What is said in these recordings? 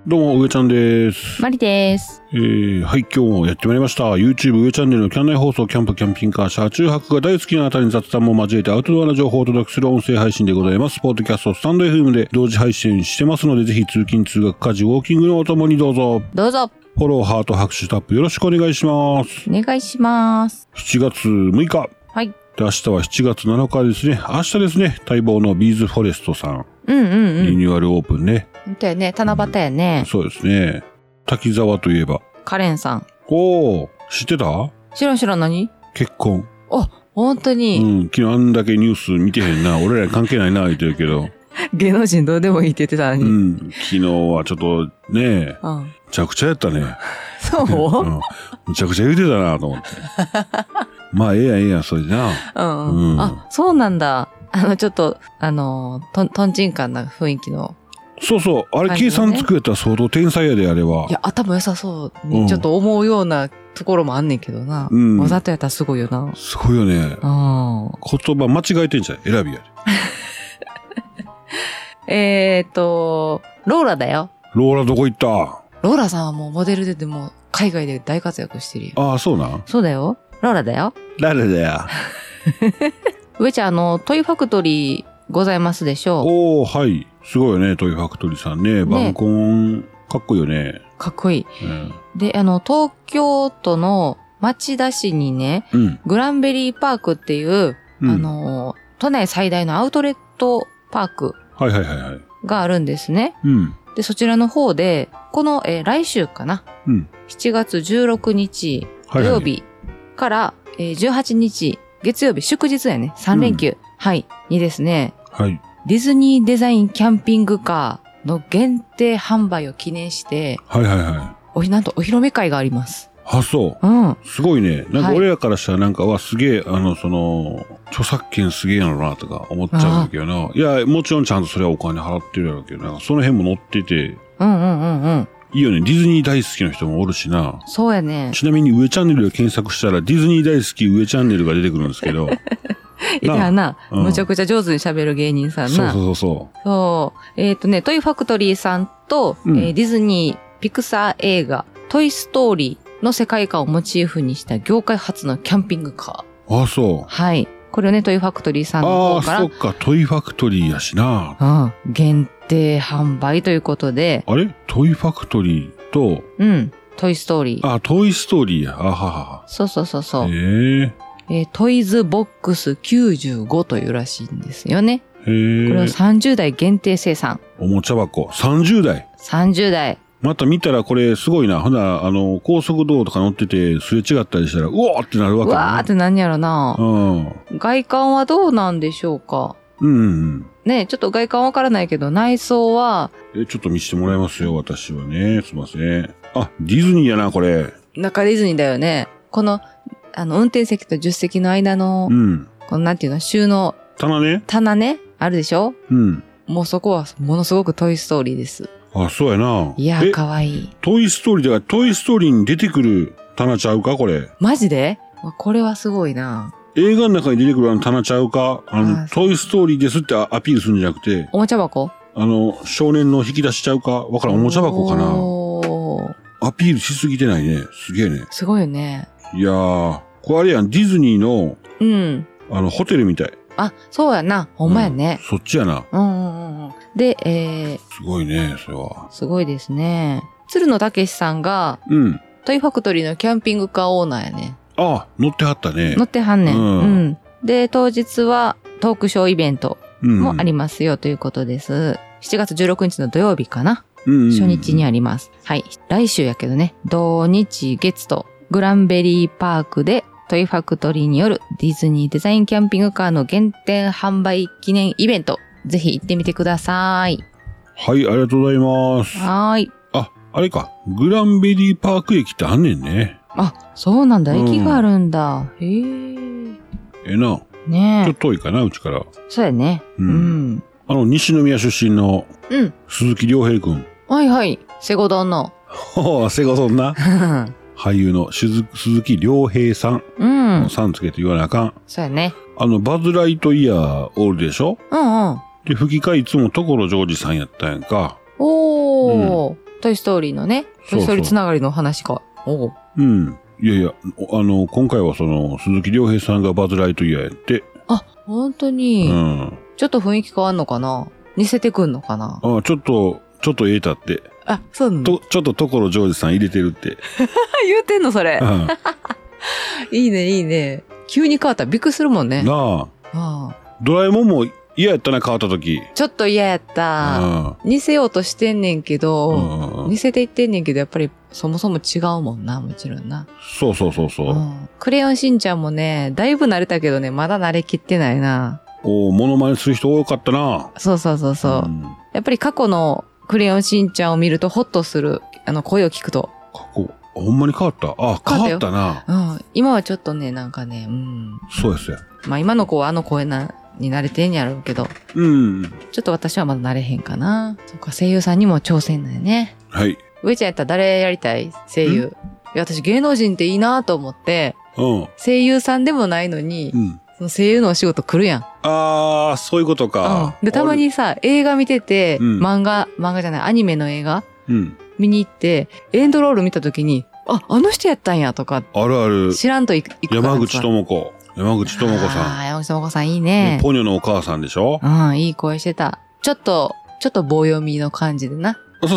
どうも、上ちゃんです。 マリです。 はい、今日もやってまいりました。YouTube 上チャンネルのキャン内放送、キャンプ、キャンピングカー、車中泊が大好きなあなたに雑談も交えてアウトドアな情報をお届けする音声配信でございます。ポッドキャスト、スタンド FM で同時配信してますので、ぜひ通勤、通学、家事、ウォーキングのお供にどうぞ。 どうぞ。 フォロー、ハート、拍手、タップよろしくお願いします。 お願いします。 7月6日。 はい。 で、明日は7月7日ですね。明日ですね。待望のビーズフォレストさん。リニューアルオープンね。 本当やね。七夕やね。 そうですね。滝沢といえば。 カレンさん。 おー、知ってた？ 知らん何？ 結婚。 あ、本当に。 昨日あんだけニュース見てへんな。俺ら関係ないな、言ってるけど。 芸能人どうでもいいって言ってたのに。 昨日はちょっとね、むちゃくちゃやったね。 そう？ むちゃくちゃ言うてたなと思って。まあ、ええやん、それでな。 あ、そうなんだ。ちょっと、とんちんかんな雰囲気の。 そうそう。あれ、計算つくやったら相当天才やで、あれは。 いや、頭良さそうに、ちょっと思うようなところもあんねんけどな。わざとやったらすごいよな。 すごいよね。言葉間違えてんじゃん。選びやで。ローラだよ。 ローラどこ行った？ ローラさんはもうモデルでも海外で大活躍してるよ。 ああ、そうなん？ そうだよ。ローラだよ。 誰だよ。 上ちゃん、トイファクトリーございますでしょう。 おー、はい。すごいよね、トイファクトリーさんね。バンコン、かっこいいよね。 かっこいい。で、東京都の町田市にね、グランベリーパークっていう、都内最大のアウトレットパークがあるんですね。で、そちらの方で、この、来週かな。7月16日土曜日から18日月曜日祝日やね。3連休。にですね。ディズニーデザインキャンピングカーの限定販売を記念して、なんとお披露目会があります。 あ、そう。すごいね。なんか俺らからしたらなんか、すげえ、著作権すげえやろなとか思っちゃうんだけどな。いや、もちろんちゃんとそれはお金払ってるやろうけど、なんかその辺も載ってて。いいよね。ディズニー大好きな人もおるしな。 そうやね。 ちなみに上チャンネルで検索したらディズニー大好き上チャンネルが出てくるんですけど。 いたな。むちゃくちゃ上手に喋る芸人さんな。 そう。 トイファクトリーさんと、ディズニー、ピクサー映画、トイストーリーの世界観をモチーフにした業界初のキャンピングカー。 あ、そう。 はい。これをね、トイファクトリーさんの方から。 そっか、トイファクトリーやしな。 限定販売ということで。 あれトイファクトリーと、 トイストーリー。 あ、トイストーリーや。あはは。 そう。トイズボックス95というらしいんですよね。これは30代限定生産。 おもちゃ箱。30代。 30代。 また見たらこれすごいな。ほな、高速道路とか乗っててすれ違ったりしたら、うわーってなるわけね。 うわーってなんやろな。外観はどうなんでしょうか。ね、ちょっと外観わからないけど、内装は。 ちょっと見せてもらいますよ、私はね。すいません。あ、ディズニーやな、これ。 中ディズニーだよね。この、運転席と助手席の間の、このなんていうの、収納。棚ね。あるでしょ？もうそこはものすごくトイストーリーです。 あ、そうやな。 いや、かわいい。 トイストーリーだから、トイストーリーに出てくる棚ちゃうかこれ。 マジで？これはすごいな。 映画の中に出てくる棚ちゃうかトイストーリーですってアピールするんじゃなくて。 おもちゃ箱？ 少年の引き出しちゃうかわからん、おもちゃ箱かな。アピールしすぎてないね。すげえね。 すごいよね。 いやー、これあれやん、ディズニーの、ホテルみたい。 あ、そうやな。ほんまやね。 そっちやな。 で、 すごいね、それは。 すごいですね。鶴野武さんが、トイファクトリーのキャンピングカーオーナーやね。 あ、乗ってはったね。 乗ってはんねん。で、当日はトークショーイベントもありますよということです。7月16日の土曜日かな。初日にあります。はい。来週やけどね、土日月とグランベリーパークでトイファクトリーによるディズニーデザインキャンピングカーの限定販売記念イベント。ぜひ行ってみてください。 はい、ありがとうございます。 はい。 あ、あれか。グランベリーパーク駅ってあんねんね。 あ、そうなんだ。駅があるんだ。へえ。 な。 ねえ。 ちょっと遠いかな、うちから。 そうやね。 西宮出身の、鈴木亮平くん。 はいはい。セゴドンの。 セゴドンな。俳優の鈴木亮平さん。さんつけて言わなあかん。 そうやね。 バズ・ライトイヤーおるでしょ？で、吹き替えいつも所ジョージさんやったんやんか。 トイストーリーのね、トイストーリーつながりの話か。おう。 うん。いやいや、今回は鈴木亮平さんがバズ・ライトイヤーやって。 あ、本当に。うん。ちょっと雰囲気変わんのかな？似せてくんのかな？ あ、ちょっとたって。 あ、そうなの？ ちょっと所ジョージさん入れてるって。 言うてんのそれ。うん、いいね、いいね。急に変わったらびっくりするもんね。 なあ。ドラえもんも嫌やったな、変わった時。 ちょっと嫌やった。似せようとしてんねんけど、似せていってんねんけど、やっぱりそもそも違うもんな、もちろんな。 そう。 クレヨンしんちゃんもね、だいぶ慣れたけどね、まだ慣れきってないな。 モノマネする人多かったな。 そう。やっぱり過去のクレヨンしんちゃんを見るとホッとする、声を聞くと。 過去ほんまに変わった？あ、変わったな。 うん。今はちょっとね、なんかね、うん。 そうですよ。 まあ今の子は声に慣れてんやろうけど。 うん。 ちょっと私はまだ慣れへんかな。そっか、声優さんにも挑戦だよね。 はい。 上ちゃんやったら誰やりたい？声優。いや、私芸能人っていいなと思って、声優さんでもないのに、その声優のお仕事来るやん。 ああ、そういうことか。 で、たまにさ、映画見てて、漫画じゃない、アニメの映画、見に行って、エンドロール見たときに、あの人やったんやとか。 あるある。 知らんと行くから。 山口智子さん。 山口智子さんいいね。 ポニョのお母さんでしょ？ うん、いい声してた。ちょっと棒読みの感じでな。 そう。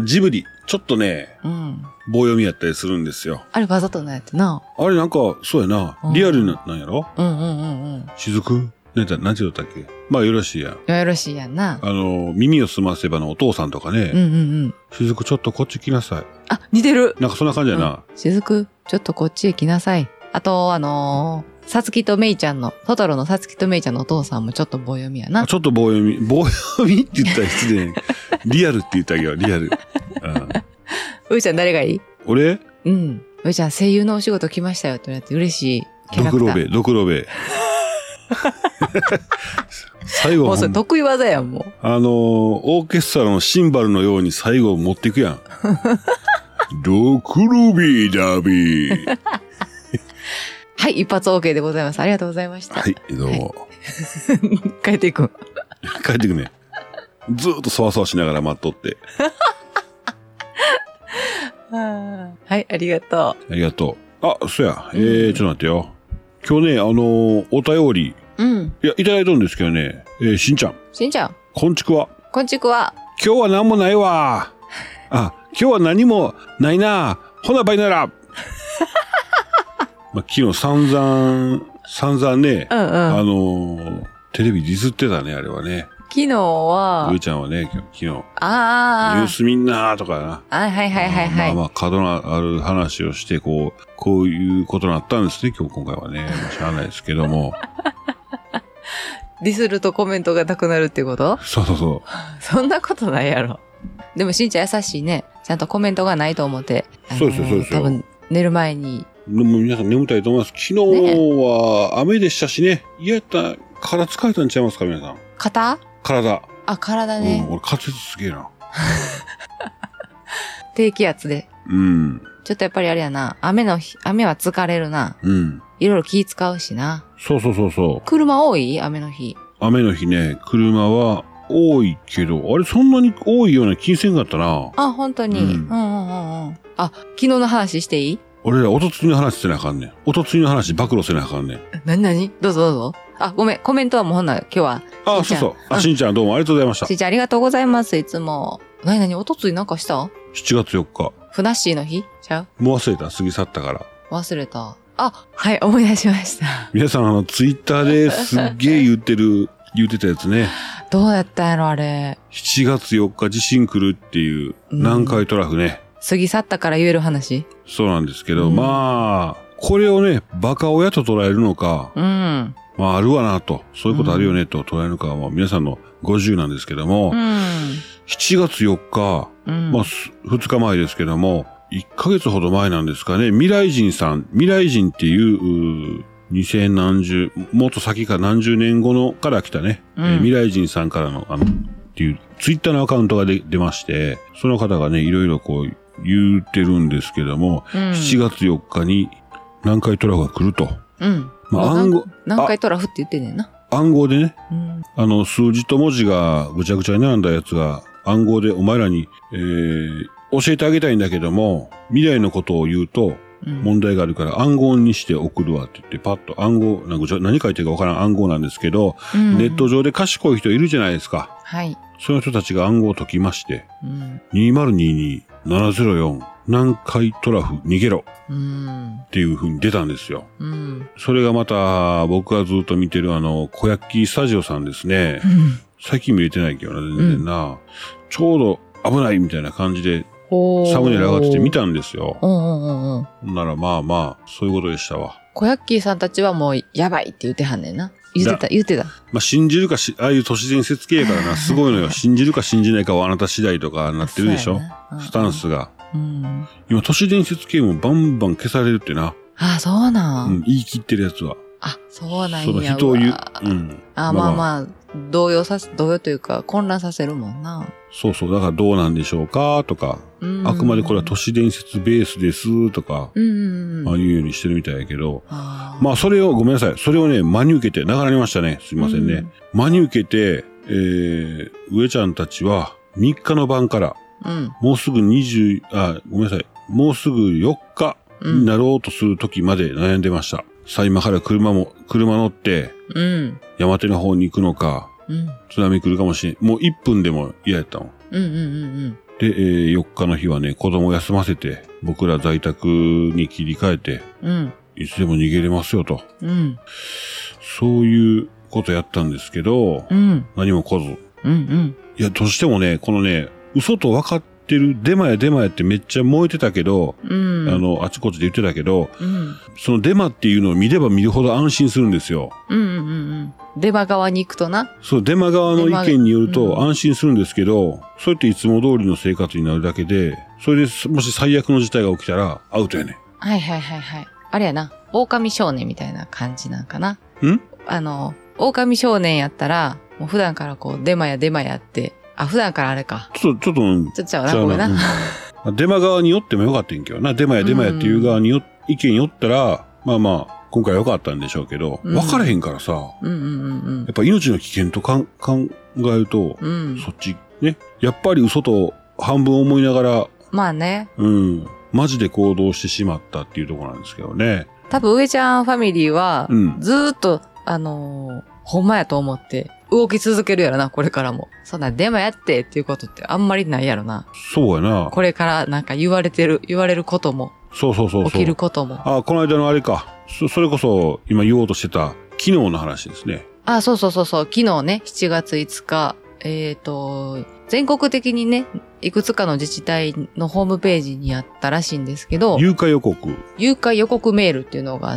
ジブリ、ちょっとね、棒読みやったりするんですよ。 あれわざとなんやってな。 あれなんか、そうやな。リアルなんやろ？雫？なんて言ったっけ？まあよろしいやん。 よろしいやんな。 耳をすませばのお父さんとかね。雫ちょっとこっち来なさい。 あ、似てる。 なんかそんな感じやな。 雫ちょっとこっちへ来なさい。あと、さつきとめいちゃんの、トトロのさつきとめいちゃんのお父さんもちょっと棒読みやな。 ちょっと棒読みって言ったら失礼。リアルって言ったけど、リアル。 うーちゃん誰がいい？ 俺？ うん。うーちゃん声優のお仕事来ましたよって言われて嬉しいキャラクター。 ドクロベ。最後もうそれ得意技やん、もう。 オーケストラのシンバルのように最後持っていくやん。ドクロベだべ。 はい、一発 OK でございます。ありがとうございました。 はい、どうも。 帰っていく。 帰っていくね。ずーっとそわそわしながら待っとって。 はい、ありがとう。 ありがとう。あ、そや。ちょっと待ってよ。今日ね、お便り。いや、いただいたんですけどね。しんちゃん。こんちくわ。今日は何もないわ。今日は何もないな。ほな、バイなら。昨日散々ね、テレビディスってたね、あれはね。 昨日は、 ゆうちゃんはね、昨日。ニュースみんなとかな。 はい。 角のある話をして、こういうことになったんですね、今回はね。知らないですけども。 ディスるとコメントがなくなるってこと？ そう。 そんなことないやろ。でもしんちゃん優しいね。ちゃんとコメントがないと思って。 そうですよ。 多分寝る前に。 でも皆さん眠たいと思います。昨日は雨でしたしね。嫌やったら体疲れたんちゃいますか、皆さん。 体。体ね。 俺滑舌すげえな。 低気圧で。ちょっとやっぱりあれやな。雨は疲れるな。いろいろ気使うしな。 そう。 車多い？雨の日。 雨の日ね、車は多いけど、あれそんなに多いような気せんかったな。 本当に。昨日の話していい？ 俺らおとついの話せなあかんねん。おとついの話暴露せなあかんねん。 何？どうぞ。ごめん。コメントはもうほんなら今日は。 そう。しんちゃんどうもありがとうございました。 しんちゃんありがとうございます、いつも。おとついなんかした？ 7 月4日。 ふなっしーの日ちゃう？ もう忘れた。過ぎ去ったから。 忘れた。はい、思い出しました。 皆さんツイッターですっげえ言ってたやつね。 どうやったんやろ、あれ。 7月4日地震来るっていう、南海トラフね。 過ぎ去ったから言える話？ そうなんですけど、これをね、バカ親と捉えるのか、あるわなと、そういうことあるよねと捉えるのかは、皆さんのご自由なんですけども、7月4日、2日前ですけども、1ヶ月ほど前なんですかね、未来人っていう、2000何十、もっと先か何十年後のから来たね、未来人さんからの、っていう、ツイッターのアカウントが出まして、その方がね、いろいろ言ってるんですけども、7月4日に南海トラフが来ると。 南海トラフって言ってんねんな。 暗号でね、数字と文字がぐちゃぐちゃに並んだやつが暗号でお前らに、教えてあげたいんだけども、未来のことを言うと、問題があるから暗号にして送るわって言って、パッと暗号、何書いてるかわからん暗号なんですけど、ネット上で賢い人いるじゃないですか。 はい。 その人たちが暗号を解きまして、2022-704南海トラフ逃げろっていう風に出たんですよ。それがまた僕がずっと見てる小焼きスタジオさんですね。最近見れてないけどな、全然な。ちょうど危ないみたいな感じで、サムネイル上がってて見たんですよ。ならまあまあ、そういうことでしたわ。 小ヤッキーさんたちはもうやばいって言ってはんねんな。言ってた。 まあ、信じるかああいう都市伝説系やからな、すごいのよ。信じるか信じないかはあなた次第とかなってるでしょ。スタンスが。今、都市伝説系もバンバン消されるってな。 あ、そうなん。 言い切ってるやつは。 あ、そうなんや。 その人を言う。 まあまあ、動揺というか混乱させるもんな。 そうそう。だからどうなんでしょうかとか、あくまでこれは都市伝説ベースですとか、まあ言うようにしてるみたいやけど、まあそれを、ごめんなさい。それをね、真に受けて、長なりましたね。すいませんね。真に受けて、上ちゃんたちは3日の晩から、もうすぐごめんなさい。もうすぐ4日になろうとする時まで悩んでました。さあ今から車乗って、山手の方に行くのか、津波来るかもしれん。もう1分でも嫌やったの。で、4日の日はね、子供休ませて、僕ら在宅に切り替えて、いつでも逃げれますよと。そういうことやったんですけど、何も来ず。いや、どうしてもね、このね、嘘と分かってる、デマやってめっちゃ燃えてたけど、あちこちで言ってたけど、そのデマっていうのを見れば見るほど安心するんですよ。 デマ側に行くとな。 そう、デマ側の意見によると安心するんですけど、それっていつも通りの生活になるだけで、それでもし最悪の事態が起きたらアウトやね。 はい。あれやな、狼少年みたいな感じなんかな。狼少年やったら、もう普段からこう、デマやって、普段からあれか。 ちょっとちゃうな、ごめんな。 デマ側によってもよかったんけどな。デマやっていう側に意見よったら、まあまあ、今回は良かったんでしょうけど、分からへんからさ、やっぱ命の危険と考えると、そっち、ね。やっぱり嘘と半分思いながら、 まあね。 マジで行動してしまったっていうところなんですけどね。 多分、上ちゃんファミリーは、ずーっと、ほんまやと思って、動き続けるやろな、これからも。そんなデマやってっていうことってあんまりないやろな。 そうやな。 これからなんか言われることも。 そう。 起きることも。 この間のあれか。それこそ、今言おうとしてた、昨日の話ですね。 そう。昨日ね、7月5日、全国的にね、いくつかの自治体のホームページにあったらしいんですけど、 誘拐予告メールっていうのがあって、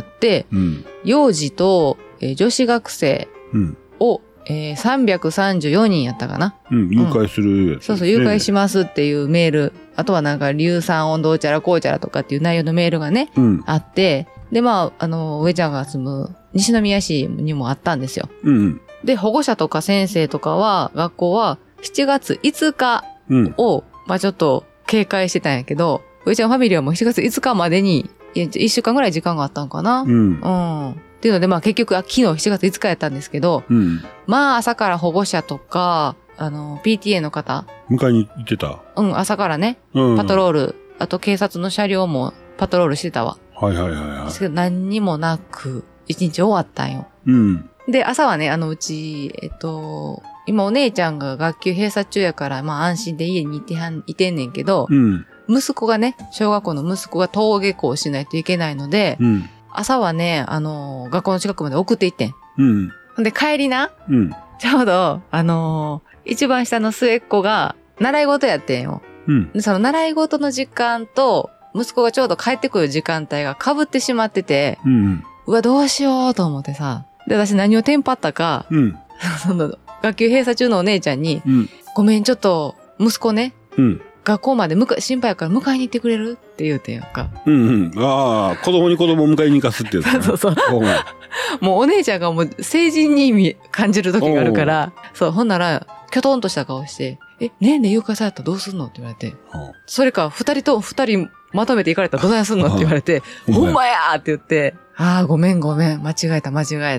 幼児と、女子学生を、334人やったかな。 誘拐するやつ、ね。 そう、誘拐しますっていうメール。あとはなんか、硫酸温度チャラこうチャラとかっていう内容のメールがね、あって、で、まあ、上ちゃんが住む西宮市にもあったんですよ。で、保護者とか先生とかは、学校は7月5日を、まあちょっと警戒してたんやけど、上ちゃんファミリーはもう7月5日までに、1週間ぐらい時間があったんかな。っていうので、まあ結局、昨日7月5日やったんですけど、まあ朝から保護者とか、PTA の方。 迎えに行ってた？ 朝からね、パトロール、あと警察の車両もパトロールしてたわ。ですけど何にもなく、一日終わったんよ。で、朝はね、うち、今お姉ちゃんが学級閉鎖中やから、まあ安心で家にいてんねんけど、息子がね、小学校の息子が登下校しないといけないので、朝はね、学校の近くまで送って行ってん。で、帰りな、ちょうど、一番下の末っ子が、習い事やってんよ。でその習い事の時間と、息子がちょうど帰ってくる時間帯が被ってしまってて、うわ、どうしようと思ってさ。で、私何をテンパったか、その、学級閉鎖中のお姉ちゃんに、ごめん、ちょっと、息子ね、学校まで心配やから迎えに行ってくれるって言うてんやんか。 子供に子供を迎えに行かすってやつ、ね。 そう。もうお姉ちゃんがもう成人に感じる時があるから、そう、ほんなら、きょとんとした顔して、ねえ誘拐されたらどうすんのって言われて、それか二人まとめて行かれたらどないすんのって言われて、ほんまやーって言って、ごめん、間違えた。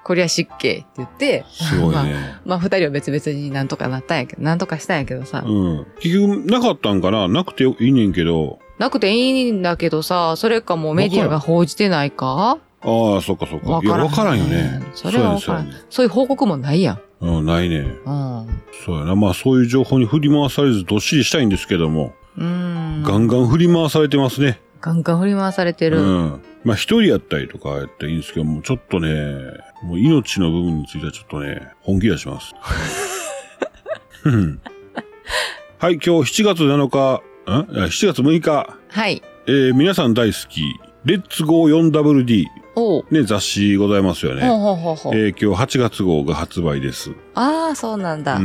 こりゃ失敬って言って、 すごいね。 まあ二人は別々になんとかなったんやけど、なんとかしたんやけどさ。 結局なかったんかな？なくていいねんけど。 なくていいんだけどさ、それかもうメディアが報じてないか？ ああ、そっかそっか。いや、わからんよね。 それはわからん。そういう報告もないやん。 ないね。そうやな。まあそういう情報に振り回されずどっしりしたいんですけども。ガンガン振り回されてますね。 ガンガン振り回されてる。 まあ一人やったりとかやったらいいんですけども、ちょっとね、もう命の部分についてはちょっとね、本気出します。はい、今日7月7日、7月6日。 はい。 皆さん大好き、レッツゴー 4WD。ね、雑誌ございますよね。今日8月号が発売です。 ああ、そうなんだ。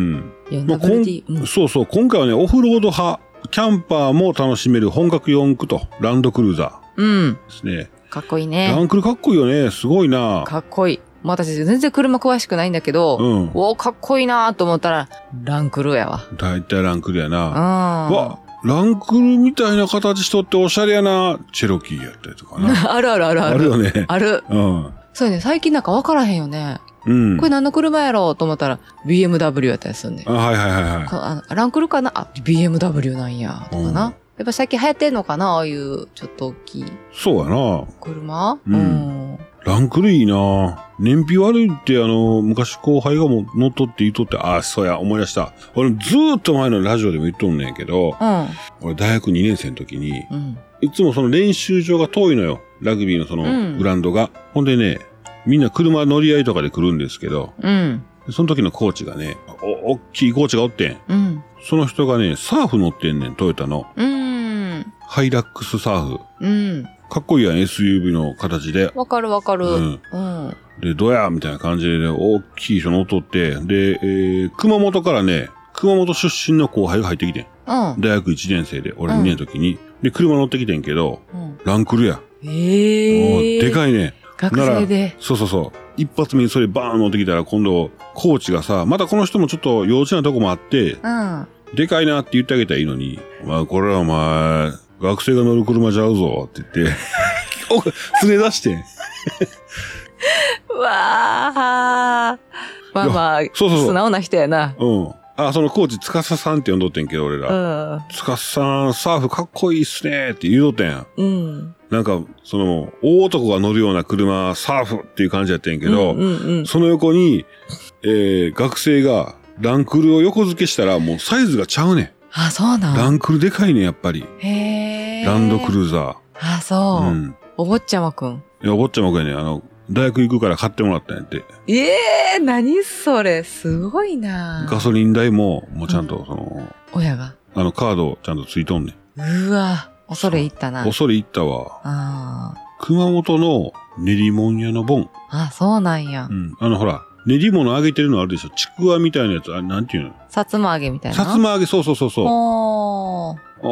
4WD。そうそう、今回はね、オフロード派、キャンパーも楽しめる本格4駆とランドクルーザー。ですね。 かっこいいね。 ランクルかっこいいよね。すごいな。 かっこいい。私全然車詳しくないんだけど、かっこいいなと思ったら、ランクルやわ。 だいたいランクルやな。ランクルみたいな形しとっておしゃれやな。チェロキーやったりとかな。 あるあるあるある。 あるよね。 ある。そうね、最近なんかわからへんよね。これ何の車やろうと思ったら BMW やったりするね。ランクルかなBMW なんや。とかな。やっぱ最近流行ってんのかなああいうちょっと大きい。 そうやな。 車ランクルいいな。燃費悪いって昔後輩がも乗っとって言っとって、そうや、思い出した。俺ずーっと前のラジオでも言っとんねんけど、俺大学2年生の時に、いつもその練習場が遠いのよ。ラグビーのそのグラウンドが。ほんでね、みんな車乗り合いとかで来るんですけど、その時のコーチがね、大きいコーチがおってん。その人がね、サーフ乗ってんねん、トヨタの。ハイラックスサーフ。かっこいいやん、SUV の形で。 わかるわかる。 で、どやみたいな感じで、大きい人乗っとって、で、熊本からね、熊本出身の後輩が入ってきてん。大学1年生で、俺2年の時に。で、車乗ってきてんけど、ランクルや。でかいね。 学生で。 そうそうそう。一発目にそれバーン乗ってきたら、今度、コーチがさ、またこの人もちょっと幼稚なとこもあって、でかいなって言ってあげたらいいのに、これはお前、学生が乗る車ちゃうぞって言って、連れ出してん。 うわー。まあまあ、素直な人やな。 そのコーチ、つかささんって呼んどってんけど、俺ら。つかさん、サーフかっこいいっすねって言うとったやん。なんか、大男が乗るような車、サーフっていう感じやったんやけど、その横に、学生がランクルを横付けしたらもうサイズがちゃうねん。 そうなん。 ランクルでかいねん、やっぱり。ランドクルーザー。そう。お坊ちゃまくん。 いや、お坊ちゃまくんやね。大学行くから買ってもらったんやって。 何それ、すごいな。 ガソリン代も、もうちゃんと、 親が。 カードちゃんとついとんねん。 うわ、恐れ入ったな。 恐れ入ったわ。熊本の練り物屋のボン。 そうなんや。 ほら、練り物揚げてるのあるでしょ。ちくわみたいなやつ、なんていうの？ さつま揚げみたいな。 さつま揚げ、そうそうそうそう。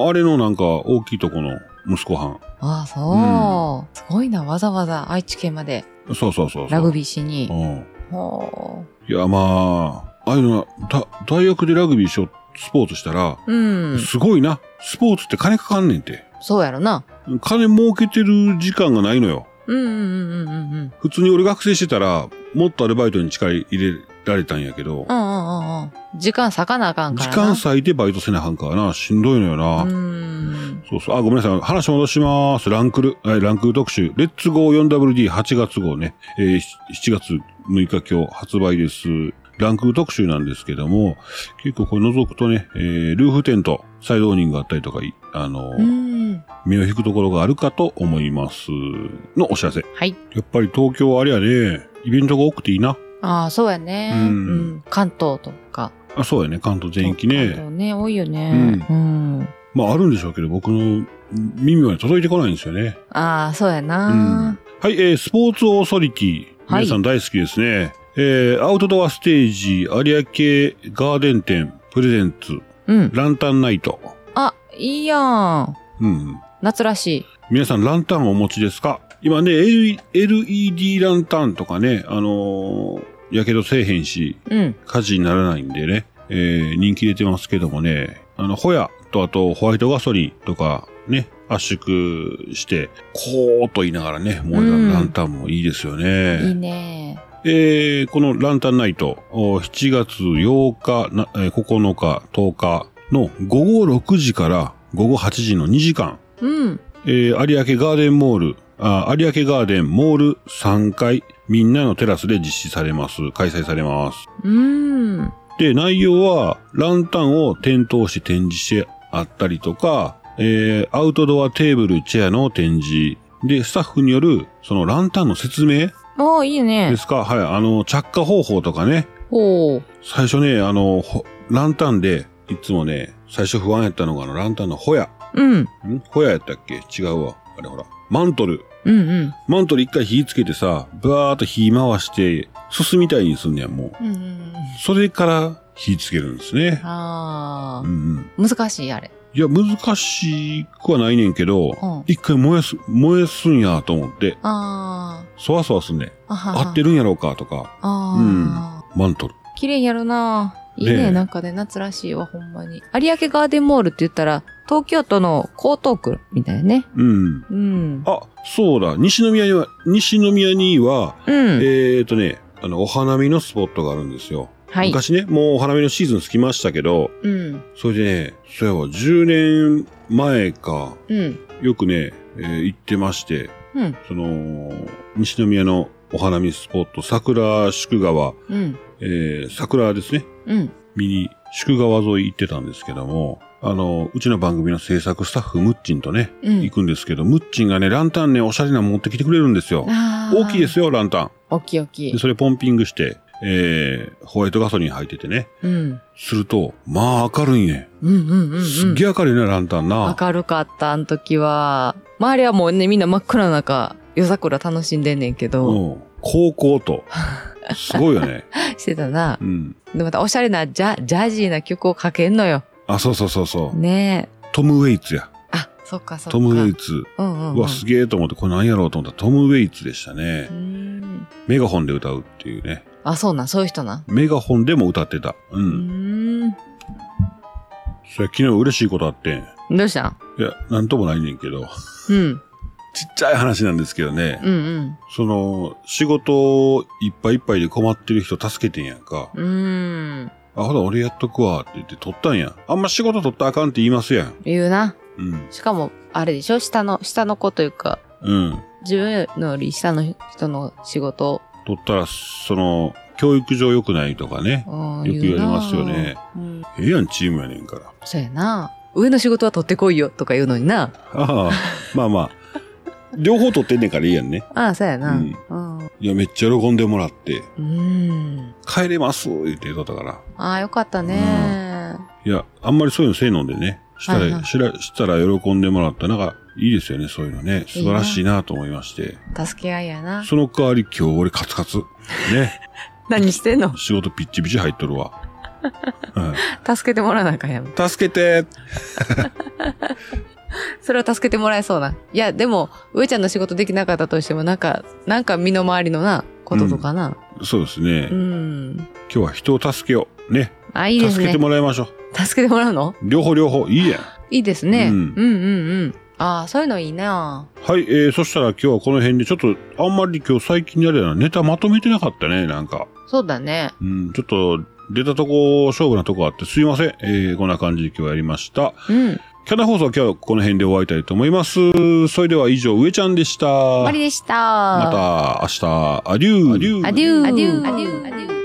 あれのなんか、大きいとこの息子はん。 そう。すごいな、わざわざ愛知県まで。 そうそうそう。 ラグビーしに。 いや、まあ、ああいうの大学でラグビースポーツしたら、すごいな。スポーツって金かかんねんて。 そうやろな。 金儲けてる時間がないのよ。普通に俺学生してたら、もっとアルバイトに力入れられたんやけど。 時間割かなあかんからな。 時間割いてバイトせなあかんからな。しんどいのよな。そうそう。ごめんなさい。話戻します。ランクル特集。レッツゴー 4WD8 月号ね。7月6日今日発売です。ランクル特集なんですけども、結構これ覗くとね、ルーフテント、サイドオーニングがあったりとか、目を引くところがあるかと思います。のお知らせ。 はい。 やっぱり東京はあれやね、イベントが多くていいな。 そうやね。関東とか。 そうやね。関東全域ね。 関東ね、多いよね。 まああるんでしょうけど、僕の耳まで届いてこないんですよね。 そうやな。 はい、スポーツオーソリティ。皆さん大好きですね。アウトドアステージ、有明ガーデン店、プレゼンツ、ランタンナイト。 いいやん。夏らしい。 皆さんランタンお持ちですか？今ね、LED ランタンとかね、やけどせえへんし、火事にならないんでね、人気出てますけどもね、ホヤとあとホワイトガソリンとかね、圧縮して、こーっと言いながらね、燃えるランタンもいいですよね。 いいね。 このランタンナイト、7月8日、9日、10日の午後6時から午後8時の2時間。 うん。 有明ガーデンモール、有明ガーデンモール3階、みんなのテラスで実施されます。開催されます。で、内容は、ランタンを点灯して展示してあったりとか、アウトドアテーブル、チェアの展示。で、スタッフによる、そのランタンの説明。 いいね。 ですか。はい。着火方法とかね。最初ね、ランタンで、いつもね、最初不安やったのが、ランタンのホヤ。ホヤやったっけ？違うわ。あれほら。マントル。マントル一回火つけてさ、バーっと火回して、すすみたいにすんねや、もう。それから火つけるんですね。 難しい、あれ。 いや、難しくはないねんけど、一回燃やすんやと思って。そわそわすんねん。合ってるんやろうかとか。マントル。 綺麗やろないいね、なんかね、夏らしいわ、ほんまに。有明ガーデンモールって言ったら、東京都の江東区みたいなね。あ、そうだ。西宮には、お花見のスポットがあるんですよ。昔ね、もうお花見のシーズン過ぎましたけど、それでね、そういえば10年前か、よくね、行ってまして、西宮のお花見スポット、桜宿川、桜ですね。見に、宿川沿い行ってたんですけども、うちの番組の制作スタッフ、ムッチンとね、行くんですけど、ムッチンがね、ランタンね、おしゃれなの持ってきてくれるんですよ。大きいですよ、ランタン。 大きい。 で、それポンピングして、ホワイトガソリン入っててね。すると、まあ明るいね。すっげえ明るいね、ランタンな。 明るかった、あの時は。周りはもうね、みんな真っ暗な中、夜桜楽しんでんねんけど。 高校と。すごいよね。 してたな。で、またおしゃれなジャジーな曲をかけんのよ。 そう。 ねえ。 トム・ウェイツや。 そっか。 トム・ウェイツ。うわ、すげえと思って、これ何やろうと思ったらトム・ウェイツでしたね。メガホンで歌うっていうね。 そういう人な。 メガホンでも歌ってた。それ昨日嬉しいことあってん。 どうしたん？ いや、なんともないねんけど。ちっちゃい話なんですけどね。仕事いっぱいいっぱいで困ってる人助けてんやんか。ほら、俺やっとくわって言って取ったんや。あんま仕事取ったらあかんって言いますやん。 言うな。しかも、あれでしょ？下の子というか。自分より下の人の仕事。 取ったら、教育上良くないとかね。よく言われますよね。ええやん、チームやねんから。 そうやな。上の仕事は取ってこいよとか言うのにな。 まあ。両方取ってんねんからいいやんね。 そうやな。 いや、めっちゃ喜んでもらって。帰れます言って言うとったから。 よかったね。 いや、あんまりそういうのせい飲んでね。したら喜んでもらったら、なんか、いいですよね、そういうのね。素晴らしいなと思いまして。 助け合いやな。 その代わり今日俺カツカツ。ね。 何してんの？ 仕事ピッチピチ入っとるわ。 助けてもらわなあかんやん。 助けてそれを助けてもらえそうな。いや、でも、上ちゃんの仕事できなかったとしても、なんか身の回りのこととかな。 そうですね。今日は人を助けよう。ね。 いいですね。 助けてもらいましょう。 助けてもらうの？ 両方。いいやん。 いいですね。そういうのいいな。 はい、そしたら今日はこの辺でちょっと、あんまり今日最近やるようなネタまとめてなかったね、なんか。 そうだね。 ちょっと、出たとこ、勝負なとこあってすいません。こんな感じで今日はやりました。キャナ放送は今日はこの辺で終わりたいと思います。それでは以上、上ちゃんでした。 マリでした。 また明日、アデュー。 アデュー。